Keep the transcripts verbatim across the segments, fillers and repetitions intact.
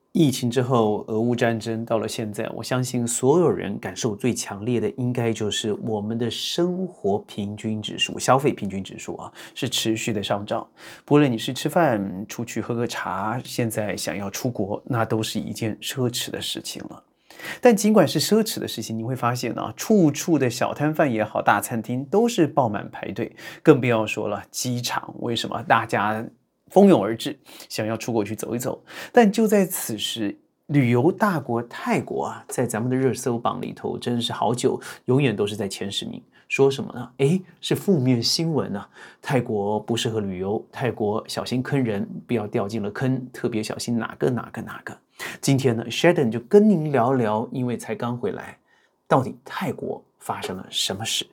疫情之后，俄乌战争到了现在，我相信所有人感受最强烈的，应该就是我们的生活平均指数、消费平均指数啊，是持续的上涨。不论你是吃饭、出去喝个茶，现在想要出国，那都是一件奢侈的事情了。但尽管是奢侈的事情，你会发现啊，处处的小摊贩也好，大餐厅都是爆满排队，更不要说了机场，为什么大家蜂拥而至，想要出国去走一走？但就在此时，旅游大国泰国啊，在咱们的热搜榜里头，真是好久，永远都是在前十名。说什么呢？诶，是负面新闻啊！泰国不适合旅游，泰国小心坑人，不要掉进了坑，特别小心哪个哪个哪个。今天呢 ，Sheldon 就跟您聊聊，因为才刚回来，到底泰国发生了什么事？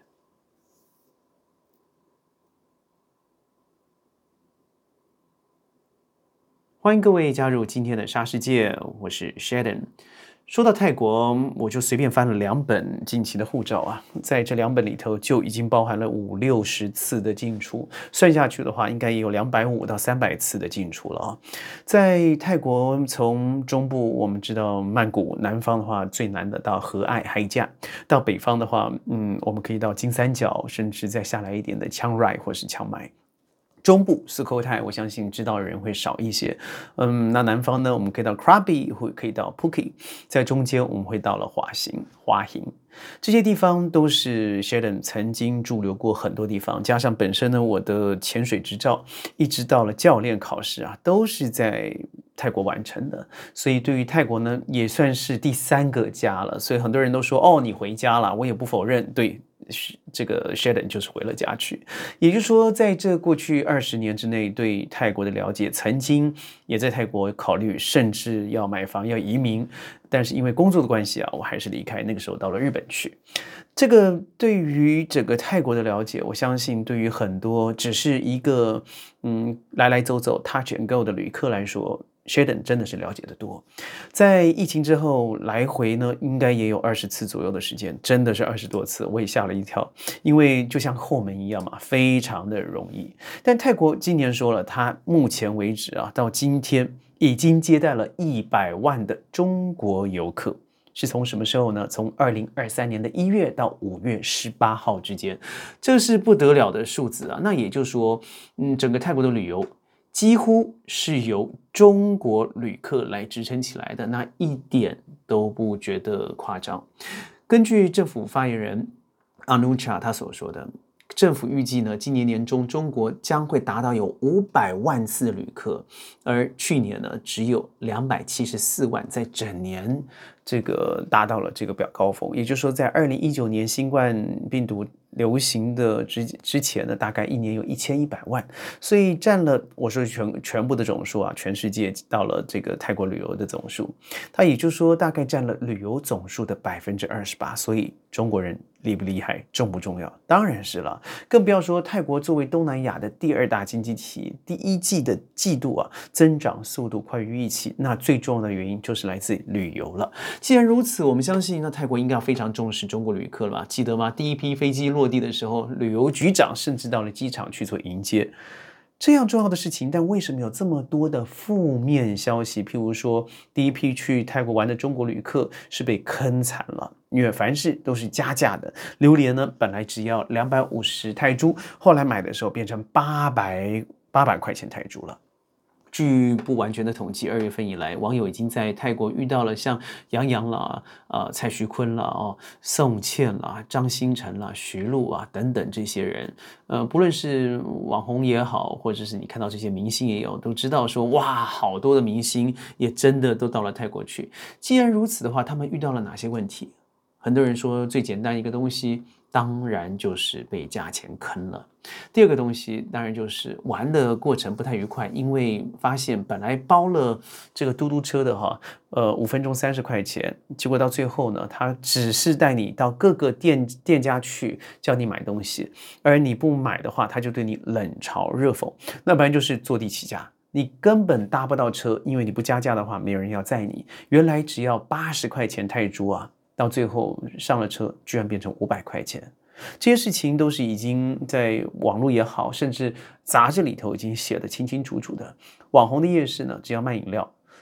欢迎各位加入今天的沙世界，我是 Sheldon。说到泰国，我就随便翻了两本近期的护照啊，在这两本里头就已经包含了五六十次的进出，算下去的话，应该也有两百五到三百次的进出了啊。在泰国，从中部我们知道曼谷，南方的话最南的到和爱海架，到北方的话，嗯，我们可以到金三角，甚至再下来一点的枪瑞或是枪麦。中部斯科泰，我相信知道的人会少一些。嗯，那南方呢，我们可以到 Krabi， 或可以到 Phuket， 在中间我们会到了华行、华行。这些地方都是 Sheldon 曾经驻留过很多地方，加上本身呢，我的潜水执照一直到了教练考试啊，都是在泰国完成的，所以对于泰国呢，也算是第三个家了。所以很多人都说，哦，你回家了，我也不否认，对。这个 Sheldon 就是回了家去，也就是说，在这过去二十年之内，对泰国的了解，曾经也在泰国考虑，甚至要买房、要移民，但是因为工作的关系啊，我还是离开。那个时候到了日本去。这个对于整个泰国的了解，我相信对于很多只是一个嗯来来走走 touch and go 的旅客来说。Sheldon 真的是了解的多，在疫情之后来回呢，应该也有二十次左右的时间，真的是二十多次，我也吓了一跳，因为就像后门一样嘛，非常的容易。但泰国今年说了，它目前为止啊，到今天已经接待了一百万的中国游客。是从什么时候呢？从二零二三年的一月到五月十八号之间，这是不得了的数字啊！那也就是说，嗯，整个泰国的旅游几乎是由中国旅客来支撑起来的，那一点都不觉得夸张。根据政府发言人 Anucha 他所说的，政府预计呢，今年年中中国将会达到有五百万次旅客，而去年呢只有两百七十四万，在整年这个达到了这个表高峰。也就是说，在二零一九年新冠病毒流行的之之前呢，大概一年有一千一百万，所以占了我说全全部的总数啊，全世界到了这个泰国旅游的总数，它也就是说大概占了旅游总数的百分之二十八。所以中国人厉不厉害，重不重要？当然是了。更不要说泰国作为东南亚的第二大经济体，第一季的季度啊增长速度快于预期，那最重要的原因就是来自旅游了。既然如此，我们相信那泰国应该要非常重视中国旅客了吧？记得吗？第一批飞机落地的时候，旅游局长甚至到了机场去做迎接。这样重要的事情，但为什么有这么多的负面消息？譬如说，第一批去泰国玩的中国旅客是被坑惨了，因为凡事都是加价的。榴莲呢，本来只要两百五十泰铢，后来买的时候变成八百八百块钱泰铢了。据不完全的统计，二月份以来，网友已经在泰国遇到了像杨洋啦、呃蔡徐坤啦、哦宋茜啦、张新成啦、徐璐啊等等这些人，呃，不论是网红也好，或者是你看到这些明星也有，都知道说哇，好多的明星也真的都到了泰国去。既然如此的话，他们遇到了哪些问题？很多人说最简单一个东西，当然就是被价钱坑了。第二个东西当然就是玩的过程不太愉快，因为发现本来包了这个嘟嘟车的哈，呃，五分钟三十块钱，结果到最后呢，他只是带你到各个店店家去叫你买东西，而你不买的话，他就对你冷嘲热讽，那不然就是坐地起价。你根本搭不到车，因为你不加价的话，没有人要载你。原来只要八十块钱泰铢啊，到最后上了车，居然变成五百块钱。这些事情都是已经在网络也好，甚至杂志里头已经写得清清楚楚的。网红的夜市呢，只要卖饮料，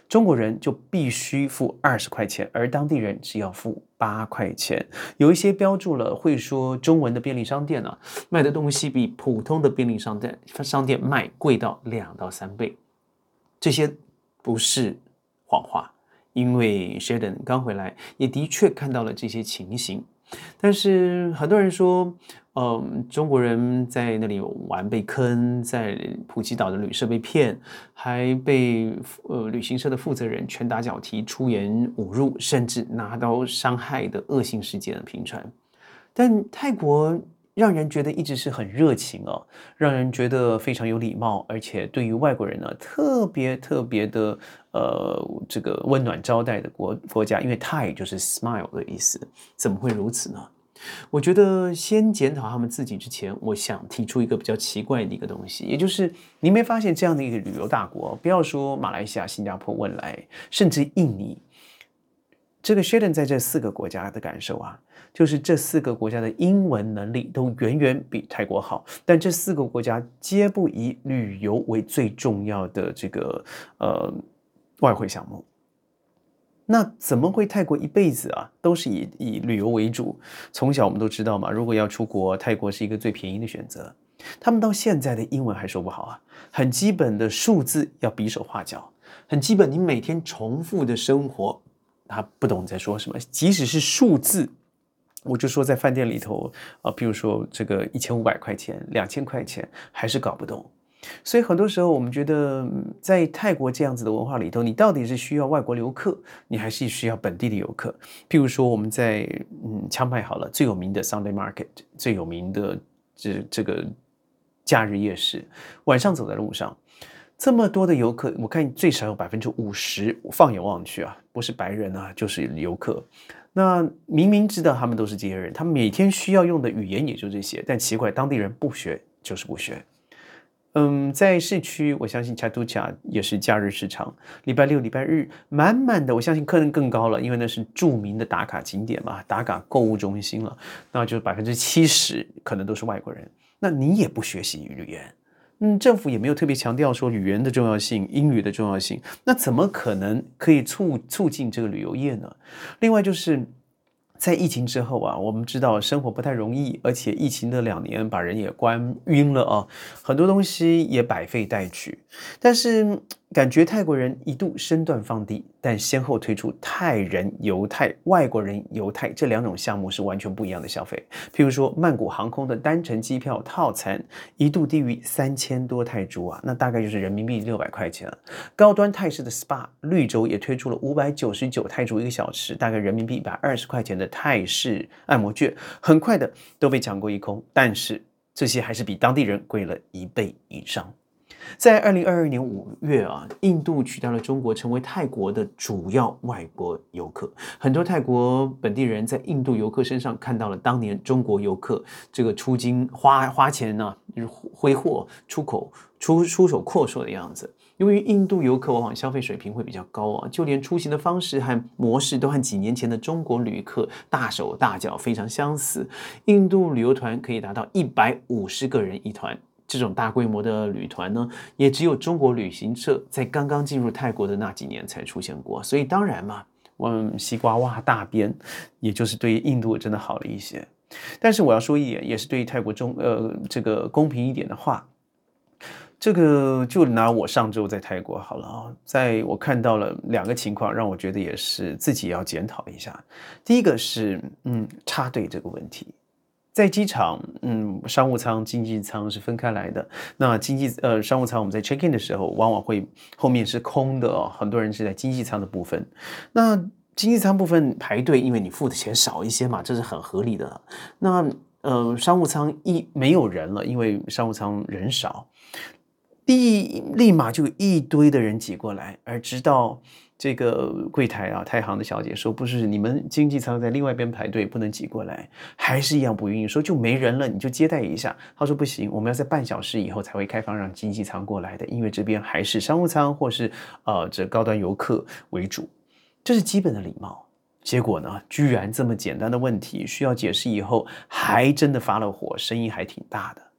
中国人就必须付二十块钱，而当地人只要付八块钱。有一些标注了会说中文的便利商店啊，卖的东西比普通的便利商店商店卖贵到两到三倍。这些不是谎话，因为 Sheldon 刚回来，也的确看到了这些情形。但是很多人说，嗯，中国人在那里玩被坑，在普吉岛的旅社被骗，还被呃旅行社的负责人拳打脚踢、出言侮辱，甚至拿刀伤害的恶性事件频传。但泰国让人觉得一直是很热情哦，让人觉得非常有礼貌，而且对于外国人呢，特别特别的呃这个温暖招待的国国家，因为泰就是 smile 的意思，怎么会如此呢？我觉得先检讨他们自己之前，我想提出一个比较奇怪的一个东西，也就是你没发现这样的一个旅游大国，不要说马来西亚、新加坡、汶莱，甚至印尼，这个 Sheldon 在这四个国家的感受啊，就是这四个国家的英文能力都远远比泰国好，但这四个国家皆不以旅游为最重要的这个呃外汇项目。那怎么会泰国一辈子啊都是以以旅游为主？从小我们都知道嘛，如果要出国，泰国是一个最便宜的选择。他们到现在的英文还说不好啊，很基本的数字要比手画脚，很基本你每天重复的生活，他不懂你在说什么。即使是数字，我就说在饭店里头啊，比如说这个一千五百块钱、两千块钱，还是搞不懂。所以很多时候，我们觉得在泰国这样子的文化里头，你到底是需要外国游客，你还是需要本地的游客？譬如说，我们在嗯清迈好了，最有名的 Sunday Market， 最有名的这这个假日夜市，晚上走在路上，这么多的游客，我看最少有百分之五十，放眼望去啊，不是白人啊，就是游客。那明明知道他们都是这些人，他们每天需要用的语言也就这些，但奇怪，当地人不学就是不学。嗯，在市区，我相信恰图恰也是假日市场，礼拜六、礼拜日满满的，我相信客人更高了，因为那是著名的打卡景点嘛，打卡购物中心了，那就百分之七十可能都是外国人。那你也不学习语言，嗯，政府也没有特别强调说语言的重要性、英语的重要性，那怎么可能可以促促进这个旅游业呢？另外就是。在疫情之后啊，我们知道生活不太容易，而且疫情的两年把人也关晕了啊，很多东西也百废待举。但是感觉泰国人一度身段放低，但先后推出泰人游泰、外国人游泰这两种项目是完全不一样的消费。譬如说，曼谷航空的单程机票套餐一度低于三千多泰铢啊，那大概就是人民币六百块钱。高端泰式的 S P A 绿洲也推出了五百九十九泰铢一个小时，大概人民币一百二十块钱的泰式按摩券，很快的都被抢购一空。但是这些还是比当地人贵了一倍以上。在二零二二年五月啊，印度取代了中国，成为泰国的主要外国游客。很多泰国本地人在印度游客身上看到了当年中国游客这个出京花花钱呢、啊，挥霍出口出出手阔绰的样子。由于印度游客往往消费水平会比较高啊，就连出行的方式和模式都和几年前的中国旅客大手大脚非常相似。印度旅游团可以达到一百五十个人一团。这种大规模的旅团呢，也只有中国旅行社在刚刚进入泰国的那几年才出现过，所以当然嘛，我们西瓜挖大边，也就是对于印度真的好了一些。但是我要说一点，也是对于泰国中呃这个公平一点的话，这个就拿我上周在泰国好了啊，在我看到了两个情况，让我觉得也是自己要检讨一下。第一个是嗯插队这个问题。在机场，嗯，商务舱、经济舱是分开来的。那经济呃商务舱，我们在 check in 的时候，往往会后面是空的哦，很多人是在经济舱的部分。那经济舱部分排队，因为你付的钱少一些嘛，这是很合理的。那呃商务舱一没有人了，因为商务舱人少，立立马就一堆的人挤过来，而直到。这个柜台啊，太行的小姐说：“不是，你们经济舱在另外一边排队，不能挤过来，还是一样不愿意说就没人了，你就接待一下。”他说：“不行，我们要在半小时以后才会开放让经济舱过来的，因为这边还是商务舱或是呃这高端游客为主，这是基本的礼貌。”结果呢，居然这么简单的问题需要解释以后，还真的发了火，声音还挺大的。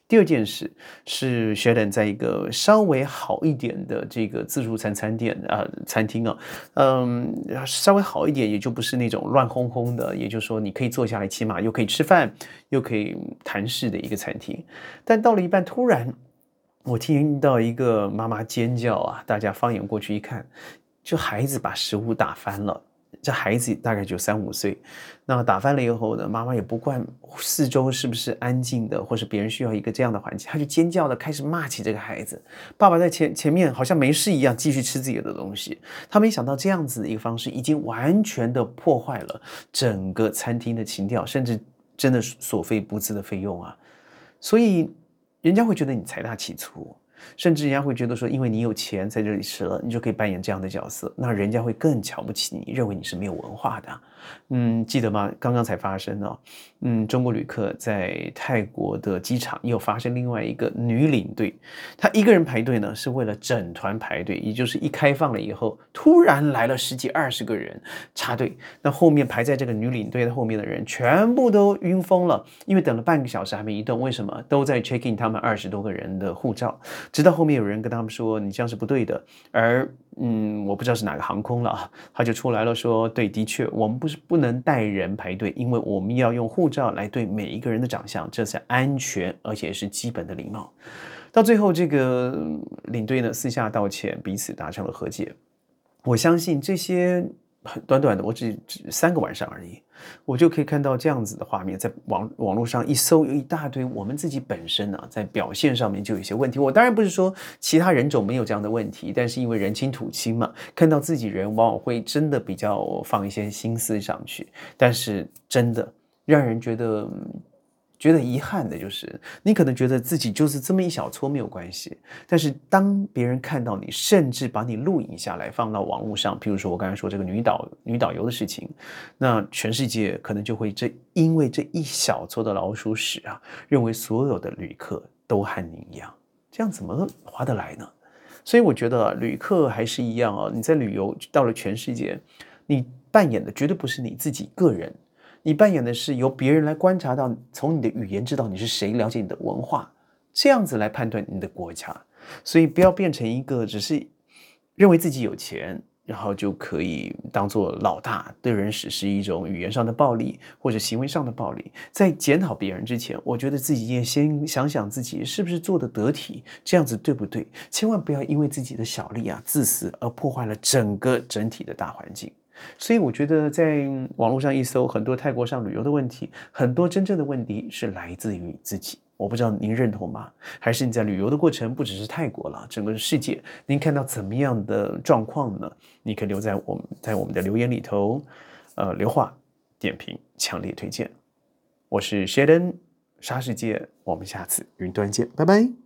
第二件事是 Sheldon 在一个稍微好一点的这个自助餐餐店啊、呃、餐厅啊，嗯，稍微好一点，也就不是那种乱哄哄的，也就是说你可以坐下来，起码又可以吃饭，又可以谈事的一个餐厅。但到了一半，突然我听到一个妈妈尖叫啊，大家放眼过去一看，就孩子把食物打翻了。这孩子大概就三五岁，那打翻了以后呢，妈妈也不管四周是不是安静的，或是别人需要一个这样的环境，他就尖叫的开始骂起这个孩子。爸爸在前前面好像没事一样，继续吃自己的东西。他没想到这样子的一个方式，已经完全的破坏了整个餐厅的情调，甚至真的所费不赀的费用啊。所以人家会觉得你财大气粗。甚至人家会觉得说，因为你有钱在这里吃了，你就可以扮演这样的角色，那人家会更瞧不起你，认为你是没有文化的。嗯，记得吗？刚刚才发生哦，嗯，中国旅客在泰国的机场又发生另外一个女领队，她一个人排队呢，是为了整团排队，也就是一开放了以后，突然来了十几二十个人插队，那后面排在这个女领队的后面的人全部都晕疯了，因为等了半个小时还没移动，为什么？都在 check in 他们二十多个人的护照。直到后面有人跟他们说你这样是不对的，而嗯，我不知道是哪个航空了啊，他就出来了说，对，的确，我们不是不能带人排队，因为我们要用护照来对每一个人的长相，这是安全，而且是基本的礼貌。到最后，这个领队呢私下道歉，彼此达成了和解。我相信这些很短短的，我只只三个晚上而已，我就可以看到这样子的画面，在网网络上一搜，有一大堆我们自己本身呢、啊，在表现上面就有一些问题。我当然不是说其他人种没有这样的问题，但是因为人亲土亲嘛，看到自己人往往会真的比较放一些心思上去，但是真的让人觉得。觉得遗憾的就是，你可能觉得自己就是这么一小撮没有关系，但是当别人看到你，甚至把你录影下来放到网络上，譬如说我刚才说这个女导女导游的事情，那全世界可能就会这因为这一小撮的老鼠屎啊，认为所有的旅客都和你一样，这样怎么划得来呢？所以我觉得旅客还是一样哦，你在旅游到了全世界，你扮演的绝对不是你自己个人。你扮演的是由别人来观察到，从你的语言知道你是谁，了解你的文化，这样子来判断你的国家。所以不要变成一个只是认为自己有钱，然后就可以当做老大，对人实施一种语言上的暴力或者行为上的暴力。在检讨别人之前，我觉得自己也先想想自己是不是做得得体，这样子对不对？千万不要因为自己的小利啊、自私而破坏了整个整体的大环境。所以我觉得在网络上一搜，很多泰国上旅游的问题，很多真正的问题是来自于自己。我不知道您认同吗？还是你在旅游的过程，不只是泰国了，整个世界，您看到怎么样的状况呢？你可以留在我们在我们的留言里头，呃，留话、点评、强烈推荐。我是 Sheldon 沙世界，我们下次云端见，拜拜。